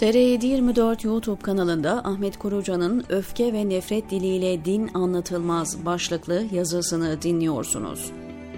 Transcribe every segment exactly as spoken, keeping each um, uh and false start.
T R yedi yirmi dört YouTube kanalında Ahmet Korucan'ın Öfke ve Nefret Diliyle Din Anlatılmaz başlıklı yazısını dinliyorsunuz.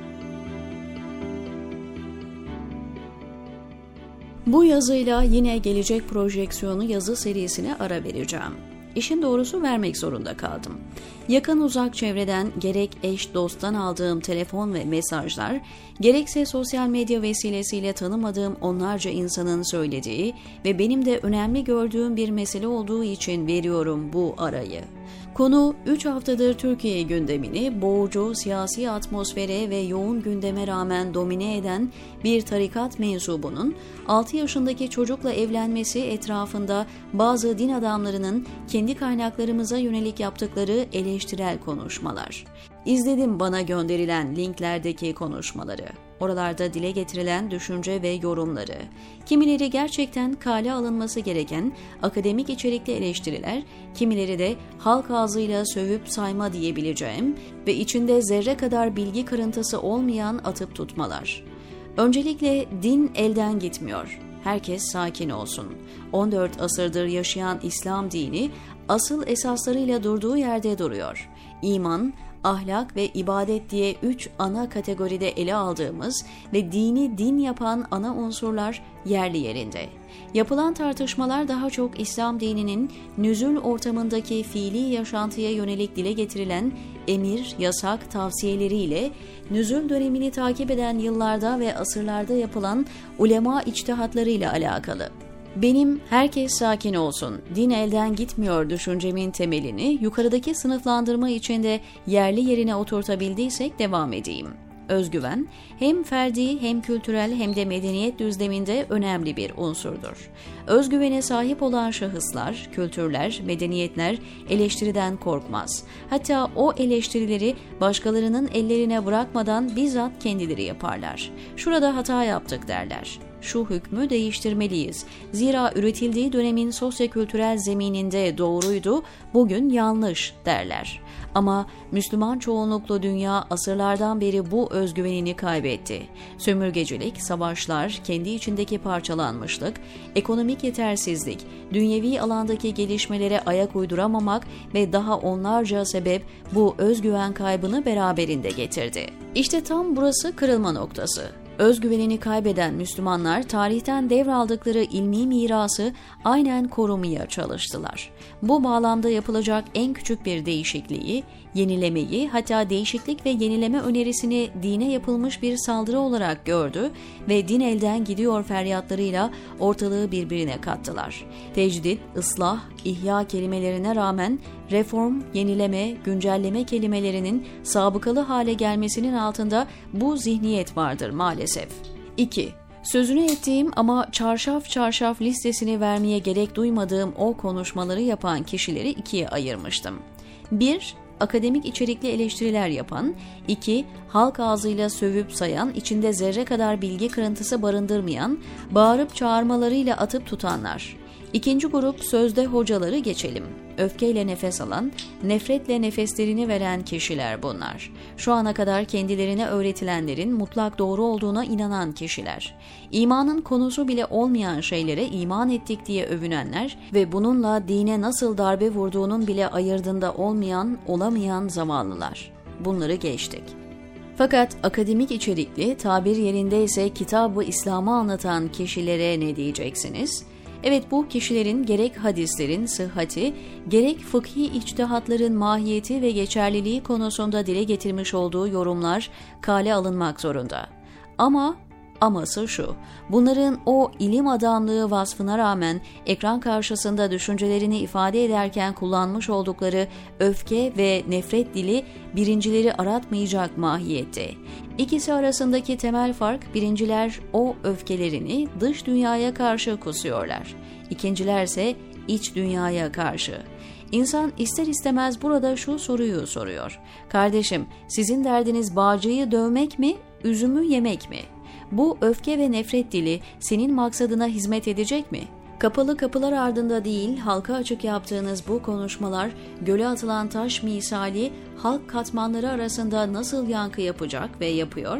Bu yazıyla yine Gelecek Projeksiyonu yazı serisine ara vereceğim. İşin doğrusu vermek zorunda kaldım. Yakın uzak çevreden gerek eş dosttan aldığım telefon ve mesajlar, gerekse sosyal medya vesilesiyle tanımadığım onlarca insanın söylediği ve benim de önemli gördüğüm bir mesele olduğu için veriyorum bu arayı. Konu üç haftadır Türkiye gündemini boğucu, siyasi atmosfere ve yoğun gündeme rağmen domine eden bir tarikat mensubunun altı yaşındaki çocukla evlenmesi etrafında bazı din adamlarının kendi kaynaklarımıza yönelik yaptıkları eleştirel konuşmalar. İzledim bana gönderilen linklerdeki konuşmaları. Oralarda dile getirilen düşünce ve yorumları. Kimileri gerçekten kale alınması gereken akademik içerikli eleştiriler, kimileri de halk ağzıyla sövüp sayma diyebileceğim ve içinde zerre kadar bilgi kırıntısı olmayan atıp tutmalar. Öncelikle din elden gitmiyor. Herkes sakin olsun. on dört asırdır yaşayan İslam dini asıl esaslarıyla durduğu yerde duruyor. İman, ahlak ve ibadet diye üç ana kategoride ele aldığımız ve dini din yapan ana unsurlar yerli yerinde. Yapılan tartışmalar daha çok İslam dininin nüzul ortamındaki fiili yaşantıya yönelik dile getirilen emir, yasak, tavsiyeleriyle nüzul dönemini takip eden yıllarda ve asırlarda yapılan ulema içtihatlarıyla alakalı. Benim herkes sakin olsun, din elden gitmiyor düşüncemin temelini yukarıdaki sınıflandırma içinde yerli yerine oturtabildiysek devam edeyim. Özgüven hem ferdi hem kültürel hem de medeniyet düzleminde önemli bir unsurdur. Özgüvene sahip olan şahıslar, kültürler, medeniyetler eleştiriden korkmaz. Hatta o eleştirileri başkalarının ellerine bırakmadan bizzat kendileri yaparlar. Şurada hata yaptık derler. Şu hükmü değiştirmeliyiz. Zira üretildiği dönemin sosyokültürel zemininde doğruydu, bugün yanlış derler. Ama Müslüman çoğunluklu dünya asırlardan beri bu özgüvenini kaybetti. Sömürgecilik, savaşlar, kendi içindeki parçalanmışlık, ekonomik yetersizlik, dünyevi alandaki gelişmelere ayak uyduramamak ve daha onlarca sebep bu özgüven kaybını beraberinde getirdi. İşte tam burası kırılma noktası. Özgüvenini kaybeden Müslümanlar tarihten devraldıkları ilmi mirası aynen korumaya çalıştılar. Bu bağlamda yapılacak en küçük bir değişikliği, yenilemeyi, hatta değişiklik ve yenileme önerisini dine yapılmış bir saldırı olarak gördü ve din elden gidiyor feryatlarıyla ortalığı birbirine kattılar. Tecdit, ıslah, ihya kelimelerine rağmen reform, yenileme, güncelleme kelimelerinin sabıkalı hale gelmesinin altında bu zihniyet vardır maalesef. iki. Sözünü ettiğim ama çarşaf çarşaf listesini vermeye gerek duymadığım o konuşmaları yapan kişileri ikiye ayırmıştım. bir. Akademik içerikli eleştiriler yapan, iki. Halk ağzıyla sövüp sayan, içinde zerre kadar bilgi kırıntısı barındırmayan, bağırıp çağırmalarıyla atıp tutanlar. İkinci grup sözde hocaları geçelim. Öfkeyle nefes alan, nefretle nefeslerini veren kişiler bunlar. Şu ana kadar kendilerine öğretilenlerin mutlak doğru olduğuna inanan kişiler. İmanın konusu bile olmayan şeylere iman ettik diye övünenler ve bununla dine nasıl darbe vurduğunun bile ayırdında olmayan, olamayan zavallılar. Bunları geçtik. Fakat akademik içerikli, tabir yerindeyse Kitab-ı İslam'ı anlatan kişilere ne diyeceksiniz? Evet, bu kişilerin gerek hadislerin sıhhati, gerek fıkhi içtihatların mahiyeti ve geçerliliği konusunda dile getirmiş olduğu yorumlar kale alınmak zorunda. Ama aması şu, bunların o ilim adamlığı vasfına rağmen ekran karşısında düşüncelerini ifade ederken kullanmış oldukları öfke ve nefret dili birincileri aratmayacak mahiyette. İkisi arasındaki temel fark, birinciler o öfkelerini dış dünyaya karşı kusuyorlar. İkincilerse iç dünyaya karşı. İnsan ister istemez burada şu soruyu soruyor. Kardeşim, sizin derdiniz bağcıyı dövmek mi, üzümü yemek mi? Bu öfke ve nefret dili senin maksadına hizmet edecek mi? Kapalı kapılar ardında değil, halka açık yaptığınız bu konuşmalar göle atılan taş misali halk katmanları arasında nasıl yankı yapacak ve yapıyor?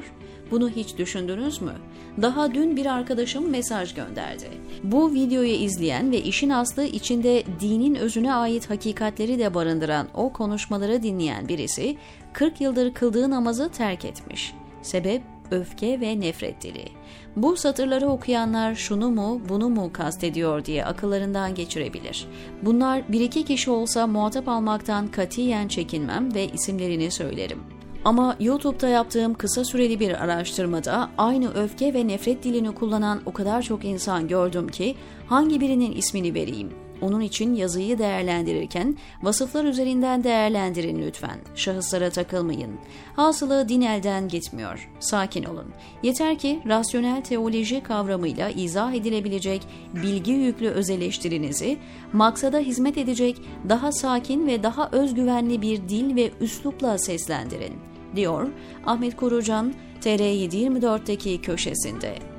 Bunu hiç düşündünüz mü? Daha dün bir arkadaşım mesaj gönderdi. Bu videoyu izleyen ve işin aslı içinde dinin özüne ait hakikatleri de barındıran o konuşmaları dinleyen birisi kırk yıldır kıldığı namazı terk etmiş. Sebep öfke ve nefret dili. Bu satırları okuyanlar şunu mu bunu mu kastediyor diye akıllarından geçirebilir. Bunlar bir iki kişi olsa muhatap almaktan katiyen çekinmem ve isimlerini söylerim. Ama YouTube'da yaptığım kısa süreli bir araştırmada aynı öfke ve nefret dilini kullanan o kadar çok insan gördüm ki hangi birinin ismini vereyim? Onun için yazıyı değerlendirirken vasıflar üzerinden değerlendirin lütfen. Şahıslara takılmayın. Hasılı din elden gitmiyor. Sakin olun. Yeter ki rasyonel teoloji kavramıyla izah edilebilecek bilgi yüklü öz eleştirinizi maksada hizmet edecek daha sakin ve daha özgüvenli bir dil ve üslupla seslendirin, diyor Ahmet Korucan T R yedi yirmi dörtteki köşesinde.